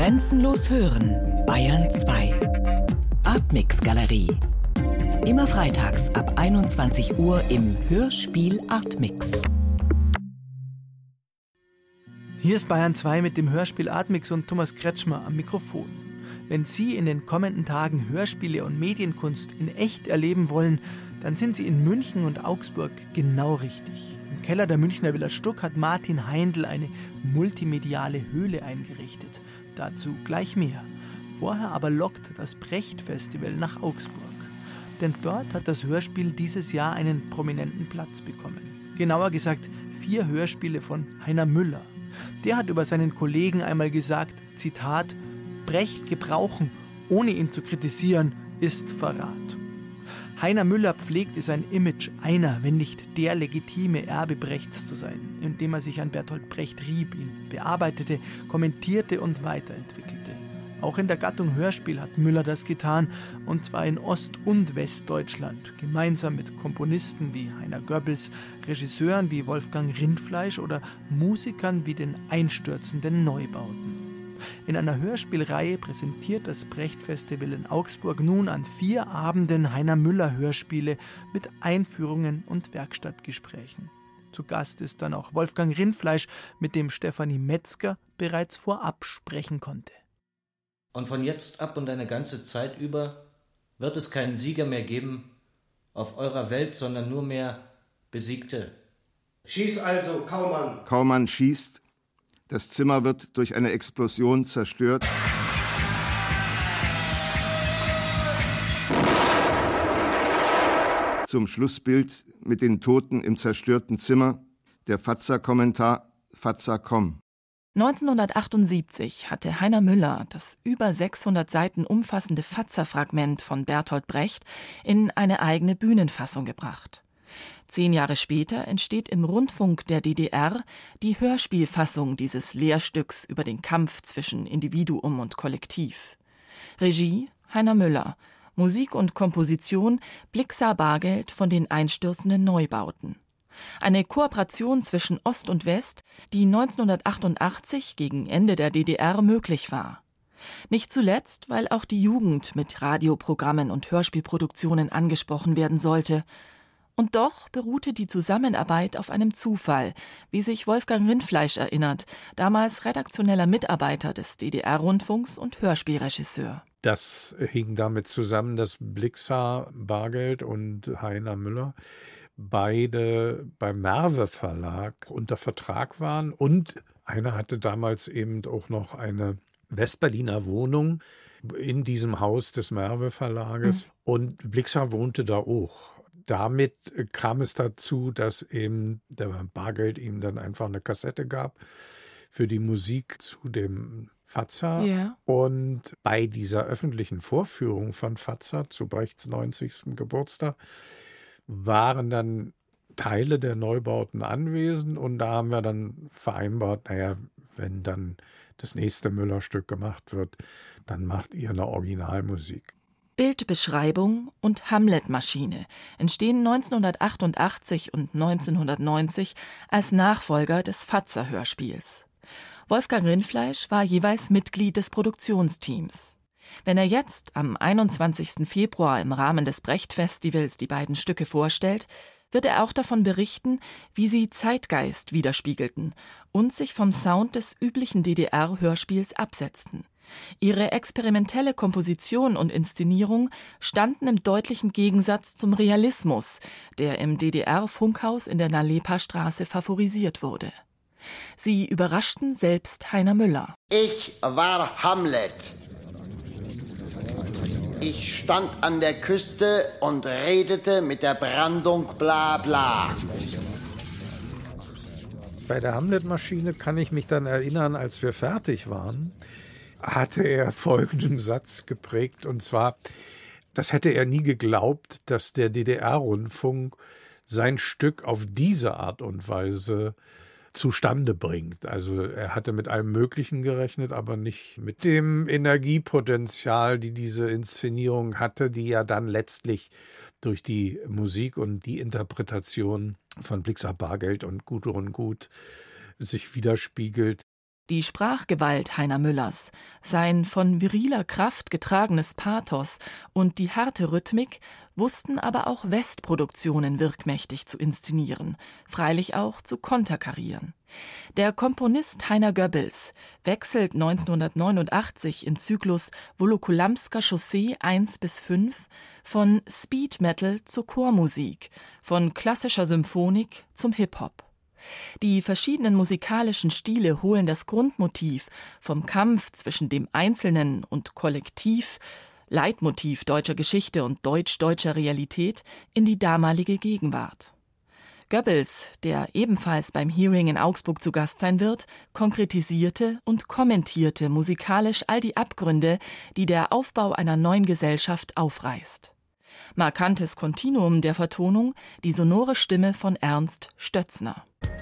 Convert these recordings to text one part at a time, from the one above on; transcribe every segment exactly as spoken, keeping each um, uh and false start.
Grenzenlos hören, Bayern zwei. Artmix Galerie. Immer freitags ab einundzwanzig Uhr im Hörspiel Artmix. Hier ist Bayern zwei mit dem Hörspiel Artmix und Thomas Kretschmer am Mikrofon. Wenn Sie in den kommenden Tagen Hörspiele und Medienkunst in echt erleben wollen, dann sind Sie in München und Augsburg genau richtig. Im Keller der Münchner Villa Stuck hat Martin Heindl eine multimediale Höhle eingerichtet. Dazu gleich mehr. Vorher aber lockt das Brecht-Festival nach Augsburg. Denn dort hat das Hörspiel dieses Jahr einen prominenten Platz bekommen. Genauer gesagt vier Hörspiele von Heiner Müller. Der hat über seinen Kollegen einmal gesagt, Zitat, Brecht gebrauchen, ohne ihn zu kritisieren, ist Verrat. Heiner Müller pflegte sein Image, einer, wenn nicht der legitime Erbe Brechts zu sein, indem er sich an Bertolt Brecht rieb, ihn bearbeitete, kommentierte und weiterentwickelte. Auch in der Gattung Hörspiel hat Müller das getan, und zwar in Ost- und Westdeutschland, gemeinsam mit Komponisten wie Heiner Goebbels, Regisseuren wie Wolfgang Rindfleisch oder Musikern wie den einstürzenden Neubauten. In einer Hörspielreihe präsentiert das Brecht-Festival in Augsburg nun an vier Abenden Heiner Müller Hörspiele mit Einführungen und Werkstattgesprächen. Zu Gast ist dann auch Wolfgang Rindfleisch, mit dem Stefanie Metzger bereits vorab sprechen konnte. Und von jetzt ab und eine ganze Zeit über wird es keinen Sieger mehr geben auf eurer Welt, sondern nur mehr Besiegte. Schieß also, Kaumann! Kaumann schießt. Das Zimmer wird durch eine Explosion zerstört. Zum Schlussbild mit den Toten im zerstörten Zimmer der Fatzer-Kommentar Fatzer komm. neunzehnhundertachtundsiebzig hatte Heiner Müller das über sechshundert Seiten umfassende Fatzer-Fragment von Bertolt Brecht in eine eigene Bühnenfassung gebracht. Zehn Jahre später entsteht im Rundfunk der D D R die Hörspielfassung dieses Lehrstücks über den Kampf zwischen Individuum und Kollektiv. Regie Heiner Müller, Musik und Komposition Blixa Bargeld von den einstürzenden Neubauten. Eine Kooperation zwischen Ost und West, die neunzehnhundertachtundachtzig gegen Ende der D D R möglich war. Nicht zuletzt, weil auch die Jugend mit Radioprogrammen und Hörspielproduktionen angesprochen werden sollte. Und doch beruhte die Zusammenarbeit auf einem Zufall, wie sich Wolfgang Rindfleisch erinnert, damals redaktioneller Mitarbeiter des D D R-Rundfunks und Hörspielregisseur. Das hing damit zusammen, dass Blixa Bargeld und Heiner Müller beide beim Merve Verlag unter Vertrag waren. Und einer hatte damals eben auch noch eine Westberliner Wohnung in diesem Haus des Merve Verlages. Mhm. Und Blixa wohnte da auch. Damit kam es dazu, dass eben der Bargeld ihm dann einfach eine Kassette gab für die Musik zu dem Fatzer. Yeah. Und bei dieser öffentlichen Vorführung von Fatzer zu Brechts neunzigsten Geburtstag waren dann Teile der Neubauten anwesend, und da haben wir dann vereinbart, naja, wenn dann das nächste Müller-Stück gemacht wird, dann macht ihr eine Originalmusik. Bildbeschreibung und Hamlet-Maschine entstehen neunzehnhundertachtundachtzig und neunzehnhundertneunzig als Nachfolger des Fatzer-Hörspiels. Wolfgang Rindfleisch war jeweils Mitglied des Produktionsteams. Wenn er jetzt am einundzwanzigsten Februar im Rahmen des Brecht-Festivals die beiden Stücke vorstellt, wird er auch davon berichten, wie sie Zeitgeist widerspiegelten und sich vom Sound des üblichen D D R-Hörspiels absetzten. Ihre experimentelle Komposition und Inszenierung standen im deutlichen Gegensatz zum Realismus, der im D D R-Funkhaus in der Nalepa-Straße favorisiert wurde. Sie überraschten selbst Heiner Müller. Ich war Hamlet. Ich stand an der Küste und redete mit der Brandung bla bla. Bei der Hamlet-Maschine kann ich mich dann erinnern, als wir fertig waren, hatte er folgenden Satz geprägt, und zwar, das hätte er nie geglaubt, dass der D D R-Rundfunk sein Stück auf diese Art und Weise zustande bringt. Also er hatte mit allem Möglichen gerechnet, aber nicht mit dem Energiepotenzial, die diese Inszenierung hatte, die ja dann letztlich durch die Musik und die Interpretation von Blixa Bargeld und Gudrun Gut sich widerspiegelt. Die Sprachgewalt Heiner Müllers, sein von viriler Kraft getragenes Pathos und die harte Rhythmik wussten aber auch Westproduktionen wirkmächtig zu inszenieren, freilich auch zu konterkarieren. Der Komponist Heiner Goebbels wechselt neunzehnhundertneunundachtzig im Zyklus Wolokulamska Chaussee eins bis fünf von Speed Metal zur Chormusik, von klassischer Symphonik zum Hip-Hop. Die verschiedenen musikalischen Stile holen das Grundmotiv vom Kampf zwischen dem Einzelnen und Kollektiv, Leitmotiv deutscher Geschichte und deutsch-deutscher Realität, in die damalige Gegenwart. Goebbels, der ebenfalls beim Hearing in Augsburg zu Gast sein wird, konkretisierte und kommentierte musikalisch all die Abgründe, die der Aufbau einer neuen Gesellschaft aufreißt. Markantes Kontinuum der Vertonung, die sonore Stimme von Ernst Stötzner.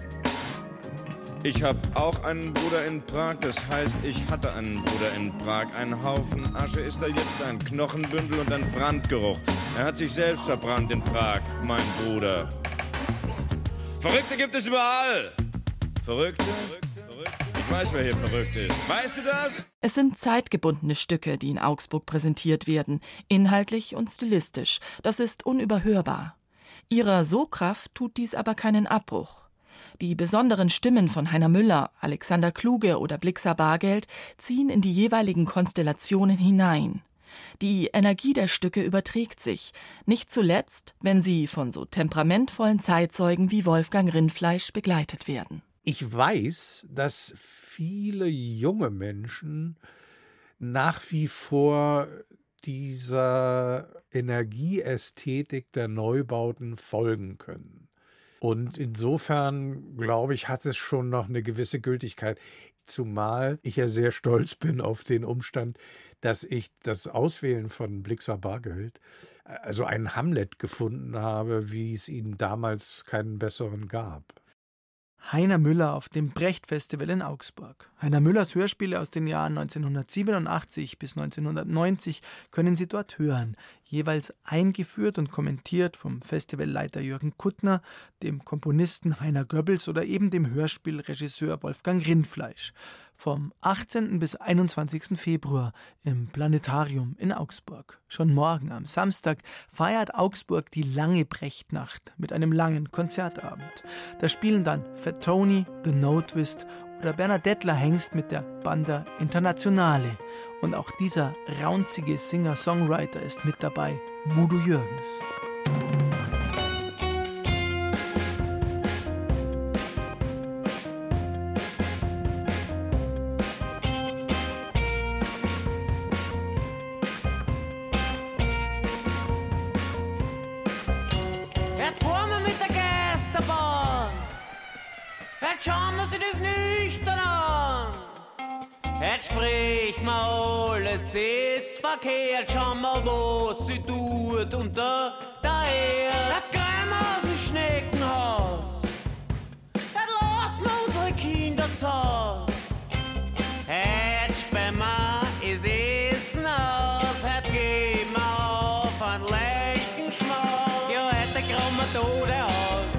Ich hab auch einen Bruder in Prag, das heißt, ich hatte einen Bruder in Prag. Ein Haufen Asche ist da jetzt, ein Knochenbündel und ein Brandgeruch. Er hat sich selbst verbrannt in Prag, mein Bruder. Verrückte gibt es überall. Verrückte? Ich weiß, wer hier verrückt ist. Weißt du das? Es sind zeitgebundene Stücke, die in Augsburg präsentiert werden, inhaltlich und stilistisch. Das ist unüberhörbar. Ihrer Sogkraft tut dies aber keinen Abbruch. Die besonderen Stimmen von Heiner Müller, Alexander Kluge oder Blixa Bargeld ziehen in die jeweiligen Konstellationen hinein. Die Energie der Stücke überträgt sich, nicht zuletzt, wenn sie von so temperamentvollen Zeitzeugen wie Wolfgang Rindfleisch begleitet werden. Ich weiß, dass viele junge Menschen nach wie vor dieser Energieästhetik der Neubauten folgen können. Und insofern, glaube ich, hat es schon noch eine gewisse Gültigkeit. Zumal ich ja sehr stolz bin auf den Umstand, dass ich das Auswählen von Blixa Bargeld, also einen Hamlet gefunden habe, wie es ihn damals keinen besseren gab. Heiner Müller auf dem Brecht-Festival in Augsburg. Heiner Müllers Hörspiele aus den Jahren neunzehnhundertsiebenundachtzig bis neunzehnhundertneunzig können Sie dort hören, jeweils eingeführt und kommentiert vom Festivalleiter Jürgen Kuttner, dem Komponisten Heiner Goebbels oder eben dem Hörspielregisseur Wolfgang Rindfleisch. Vom achtzehnten bis einundzwanzigsten Februar im Planetarium in Augsburg. Schon morgen am Samstag feiert Augsburg die lange Brechtnacht mit einem langen Konzertabend. Da spielen dann Fat Tony, The No Twist oder Bernadettler Hengst mit der Banda Internationale. Und auch dieser raunzige Singer-Songwriter ist mit dabei, Voodoo Jürgens. Schauen wir sich das nüchtern an. Jetzt sprich mal alles sitzt verkehrt. Schauen wir, was sie tut unter der Erde. Das greifen wir aus dem Schneckenhaus. Jetzt lassen wir unsere Kinder zu Haus. Jetzt sperren wir das Essen aus. Jetzt geben wir auf einen leichten Schmaus. Ja, heute kommen wir Tode aus.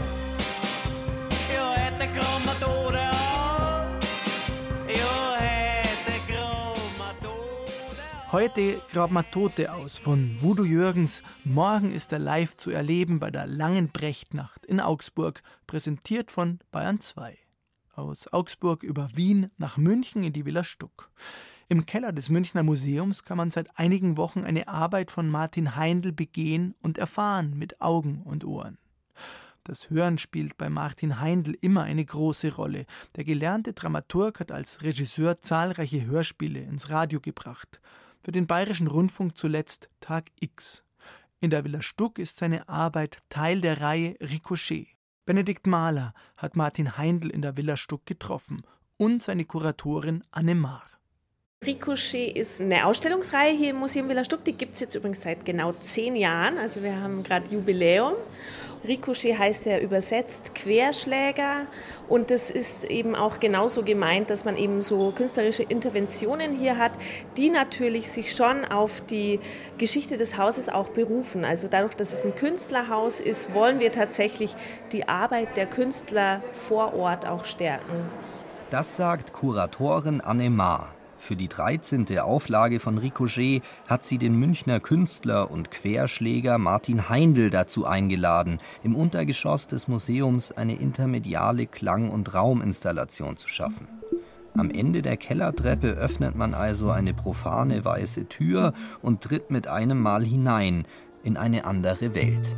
Heute graben wir Tote aus von Voodoo Jürgens. Morgen ist er live zu erleben bei der langen Brechtnacht in Augsburg, präsentiert von Bayern zwei. Aus Augsburg über Wien nach München in die Villa Stuck. Im Keller des Münchner Museums kann man seit einigen Wochen eine Arbeit von Martin Heindl begehen und erfahren mit Augen und Ohren. Das Hören spielt bei Martin Heindl immer eine große Rolle. Der gelernte Dramaturg hat als Regisseur zahlreiche Hörspiele ins Radio gebracht. Für den Bayerischen Rundfunk zuletzt Tag X. In der Villa Stuck ist seine Arbeit Teil der Reihe Ricochet. Benedikt Mahler hat Martin Heindl in der Villa Stuck getroffen und seine Kuratorin Anne Maar. Ricochet ist eine Ausstellungsreihe hier im Museum Villa Stuck. Die gibt es jetzt übrigens seit genau zehn Jahren. Also wir haben gerade Jubiläum. Ricochet heißt ja übersetzt Querschläger. Und das ist eben auch genauso gemeint, dass man eben so künstlerische Interventionen hier hat, die natürlich sich schon auf die Geschichte des Hauses auch berufen. Also dadurch, dass es ein Künstlerhaus ist, wollen wir tatsächlich die Arbeit der Künstler vor Ort auch stärken. Das sagt Kuratorin Anne Maar. Für die dreizehnte Auflage von Ricochet hat sie den Münchner Künstler und Querschläger Martin Heindl dazu eingeladen, im Untergeschoss des Museums eine intermediale Klang- und Rauminstallation zu schaffen. Am Ende der Kellertreppe öffnet man also eine profane weiße Tür und tritt mit einem Mal hinein in eine andere Welt.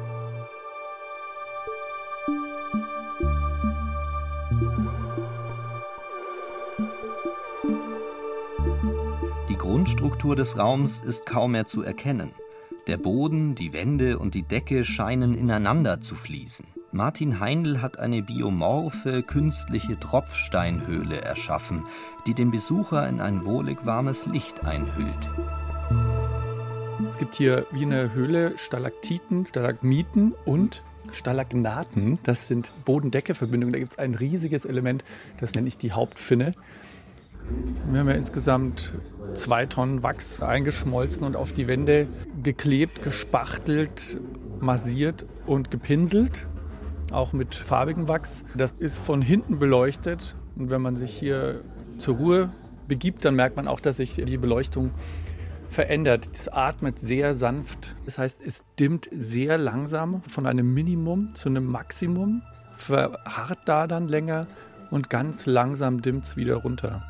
Die Grundstruktur des Raums ist kaum mehr zu erkennen. Der Boden, die Wände und die Decke scheinen ineinander zu fließen. Martin Heindl hat eine biomorphe, künstliche Tropfsteinhöhle erschaffen, die den Besucher in ein wohlig warmes Licht einhüllt. Es gibt hier wie eine Höhle Stalaktiten, Stalagmiten und Stalagnaten. Das sind Boden-Decke-Verbindungen. Da gibt es ein riesiges Element, das nenne ich die Hauptfinne. Wir haben ja insgesamt zwei Tonnen Wachs eingeschmolzen und auf die Wände geklebt, gespachtelt, massiert und gepinselt, auch mit farbigem Wachs. Das ist von hinten beleuchtet und wenn man sich hier zur Ruhe begibt, dann merkt man auch, dass sich die Beleuchtung verändert. Es atmet sehr sanft, das heißt, es dimmt sehr langsam von einem Minimum zu einem Maximum, verharrt da dann länger und ganz langsam dimmt es wieder runter.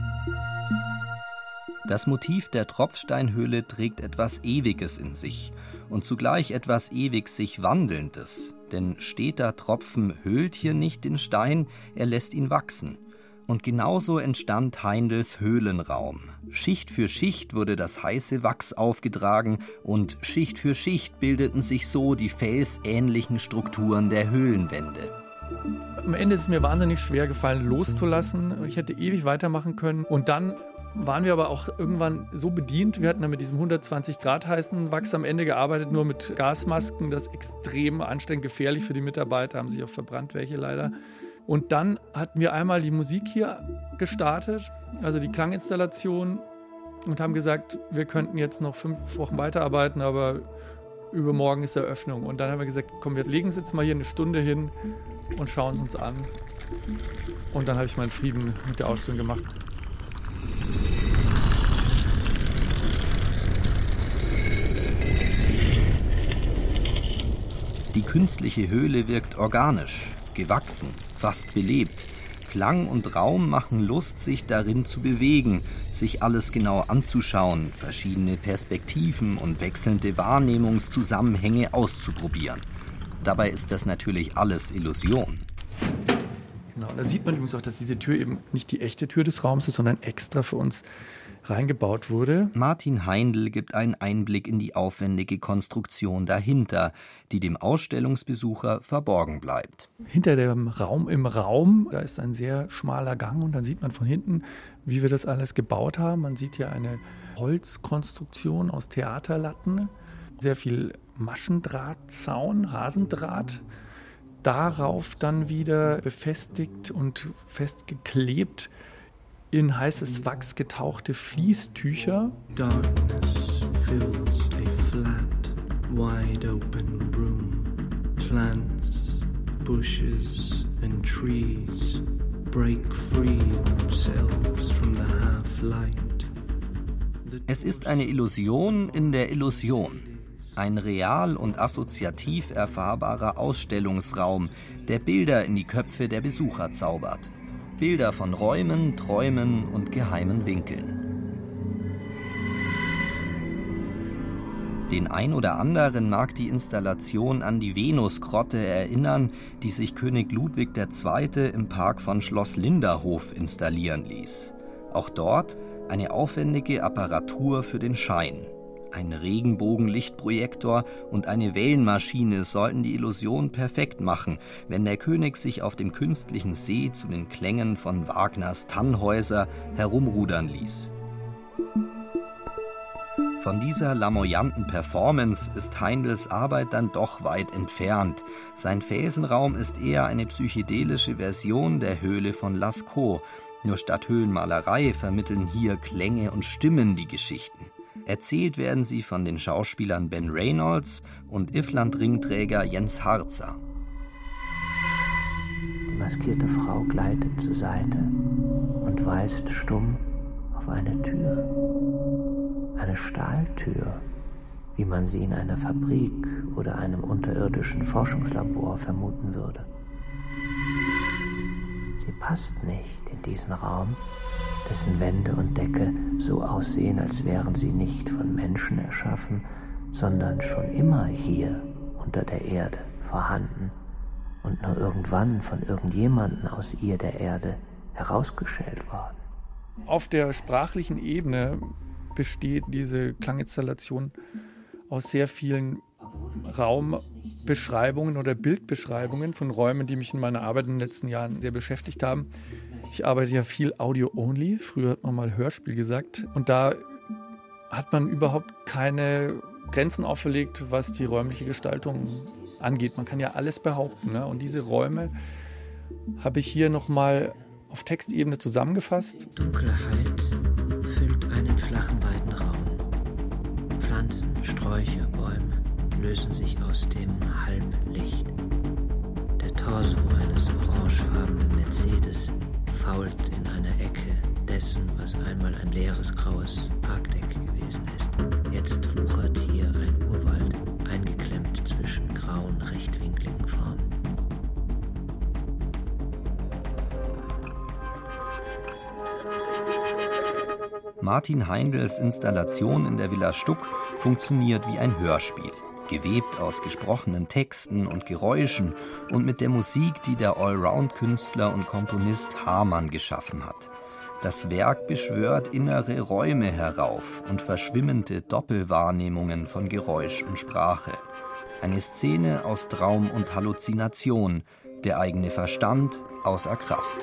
Das Motiv der Tropfsteinhöhle trägt etwas Ewiges in sich und zugleich etwas ewig sich Wandelndes. Denn steter Tropfen höhlt hier nicht den Stein, er lässt ihn wachsen. Und genauso entstand Heindls Höhlenraum. Schicht für Schicht wurde das heiße Wachs aufgetragen und Schicht für Schicht bildeten sich so die felsähnlichen Strukturen der Höhlenwände. Am Ende ist es mir wahnsinnig schwer gefallen, loszulassen. Ich hätte ewig weitermachen können. Und dann waren wir aber auch irgendwann so bedient. Wir hatten dann mit diesem hundertzwanzig Grad heißen Wachs am Ende gearbeitet, nur mit Gasmasken. Das ist extrem anstrengend, gefährlich für die Mitarbeiter, haben sich auch verbrannt, welche leider. Und dann hatten wir einmal die Musik hier gestartet, also die Klanginstallation, und haben gesagt, wir könnten jetzt noch fünf Wochen weiterarbeiten, aber übermorgen ist Eröffnung. Und dann haben wir gesagt, komm, wir legen uns jetzt mal hier eine Stunde hin und schauen es uns an. Und dann habe ich meinen Frieden mit der Ausstellung gemacht. Die künstliche Höhle wirkt organisch, gewachsen, fast belebt. Klang und Raum machen Lust, sich darin zu bewegen, sich alles genau anzuschauen, verschiedene Perspektiven und wechselnde Wahrnehmungszusammenhänge auszuprobieren. Dabei ist das natürlich alles Illusion. Genau, da sieht man übrigens auch, dass diese Tür eben nicht die echte Tür des Raums ist, sondern extra für uns reingebaut wurde. Martin Heindl gibt einen Einblick in die aufwendige Konstruktion dahinter, die dem Ausstellungsbesucher verborgen bleibt. Hinter dem Raum im Raum, da ist ein sehr schmaler Gang und dann sieht man von hinten, wie wir das alles gebaut haben. Man sieht hier eine Holzkonstruktion aus Theaterlatten, sehr viel Maschendrahtzaun, Hasendraht. Darauf dann wieder befestigt und festgeklebt in heißes Wachs getauchte Fließtücher. Darkness fills a flat, wide open room. Plants, bushes and trees break free themselves from the half-light. Es ist eine Illusion in der Illusion. Ein real und assoziativ erfahrbarer Ausstellungsraum, der Bilder in die Köpfe der Besucher zaubert. Bilder von Räumen, Träumen und geheimen Winkeln. Den ein oder anderen mag die Installation an die Venusgrotte erinnern, die sich König Ludwig der Zweite im Park von Schloss Linderhof installieren ließ. Auch dort eine aufwendige Apparatur für den Schein. Ein Regenbogenlichtprojektor und eine Wellenmaschine sollten die Illusion perfekt machen, wenn der König sich auf dem künstlichen See zu den Klängen von Wagners Tannhäuser herumrudern ließ. Von dieser lamoyanten Performance ist Heindls Arbeit dann doch weit entfernt. Sein Felsenraum ist eher eine psychedelische Version der Höhle von Lascaux. Nur statt Höhlenmalerei vermitteln hier Klänge und Stimmen die Geschichten. Erzählt werden sie von den Schauspielern Ben Reynolds und Iffland-Ringträger Jens Harzer. maskierte Frau gleitet zur Seite und weist stumm auf eine Tür. Eine Stahltür, wie man sie in einer Fabrik oder einem unterirdischen Forschungslabor vermuten würde. Sie passt nicht in diesen Raum, dessen Wände und Decke so aussehen, als wären sie nicht von Menschen erschaffen, sondern schon immer hier unter der Erde vorhanden und nur irgendwann von irgendjemandem aus ihr, der Erde, herausgeschält worden. Auf der sprachlichen Ebene besteht diese Klanginstallation aus sehr vielen Raumbeschreibungen oder Bildbeschreibungen von Räumen, die mich in meiner Arbeit in den letzten Jahren sehr beschäftigt haben. Ich arbeite ja viel Audio-only, früher hat man mal Hörspiel gesagt, und da hat man überhaupt keine Grenzen auferlegt, was die räumliche Gestaltung angeht. Man kann ja alles behaupten, ne? Und diese Räume habe ich hier nochmal auf Textebene zusammengefasst. Dunkelheit füllt einen flachen, weiten Raum. Pflanzen, Sträucher, Bäume lösen sich aus dem Halblicht. Der Torso eines orangefarbenen Mercedes fault in einer Ecke dessen, was einmal ein leeres graues Parkdeck gewesen ist. Jetzt wuchert hier ein Urwald, eingeklemmt zwischen grauen, rechtwinkligen Formen. Martin Heindls Installation in der Villa Stuck funktioniert wie ein Hörspiel. Gewebt aus gesprochenen Texten und Geräuschen und mit der Musik, die der Allround-Künstler und Komponist Hamann geschaffen hat. Das Werk beschwört innere Räume herauf und verschwimmende Doppelwahrnehmungen von Geräusch und Sprache. Eine Szene aus Traum und Halluzination, der eigene Verstand außer Kraft.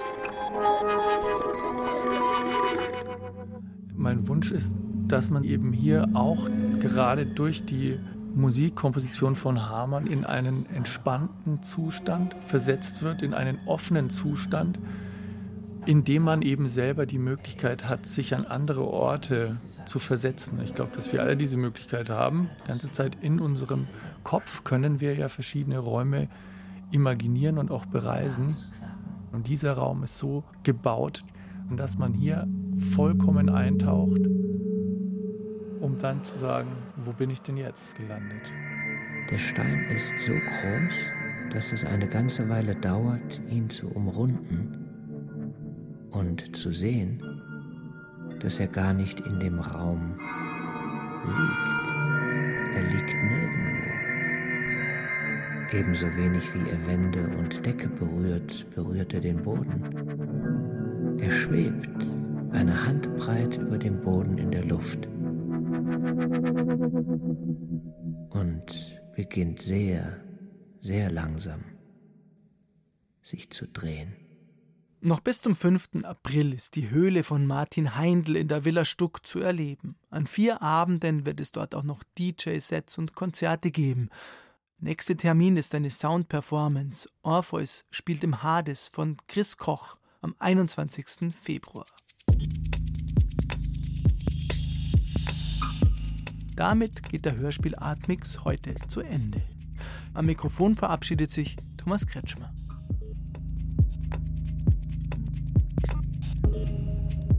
Mein Wunsch ist, dass man eben hier auch gerade durch die Musikkomposition von Hamann in einen entspannten Zustand versetzt wird, in einen offenen Zustand, in dem man eben selber die Möglichkeit hat, sich an andere Orte zu versetzen. Ich glaube, dass wir alle diese Möglichkeit haben. Die ganze Zeit in unserem Kopf können wir ja verschiedene Räume imaginieren und auch bereisen. Und dieser Raum ist so gebaut, dass man hier vollkommen eintaucht, um dann zu sagen, wo bin ich denn jetzt gelandet? Der Stein ist so groß, dass es eine ganze Weile dauert, ihn zu umrunden und zu sehen, dass er gar nicht in dem Raum liegt. Er liegt nirgendwo. Ebenso wenig wie er Wände und Decke berührt, berührt er den Boden. Er schwebt eine Handbreit über dem Boden in der Luft und beginnt sehr, sehr langsam sich zu drehen. Noch bis zum fünften April ist die Höhle von Martin Heindl in der Villa Stuck zu erleben. An vier Abenden wird es dort auch noch D J-Sets und Konzerte geben. Nächster Termin ist eine Sound-Performance. Orpheus spielt im Hades von Chris Koch am einundzwanzigsten Februar. Damit geht der Hörspiel Artmix heute zu Ende. Am Mikrofon verabschiedet sich Thomas Kretschmer.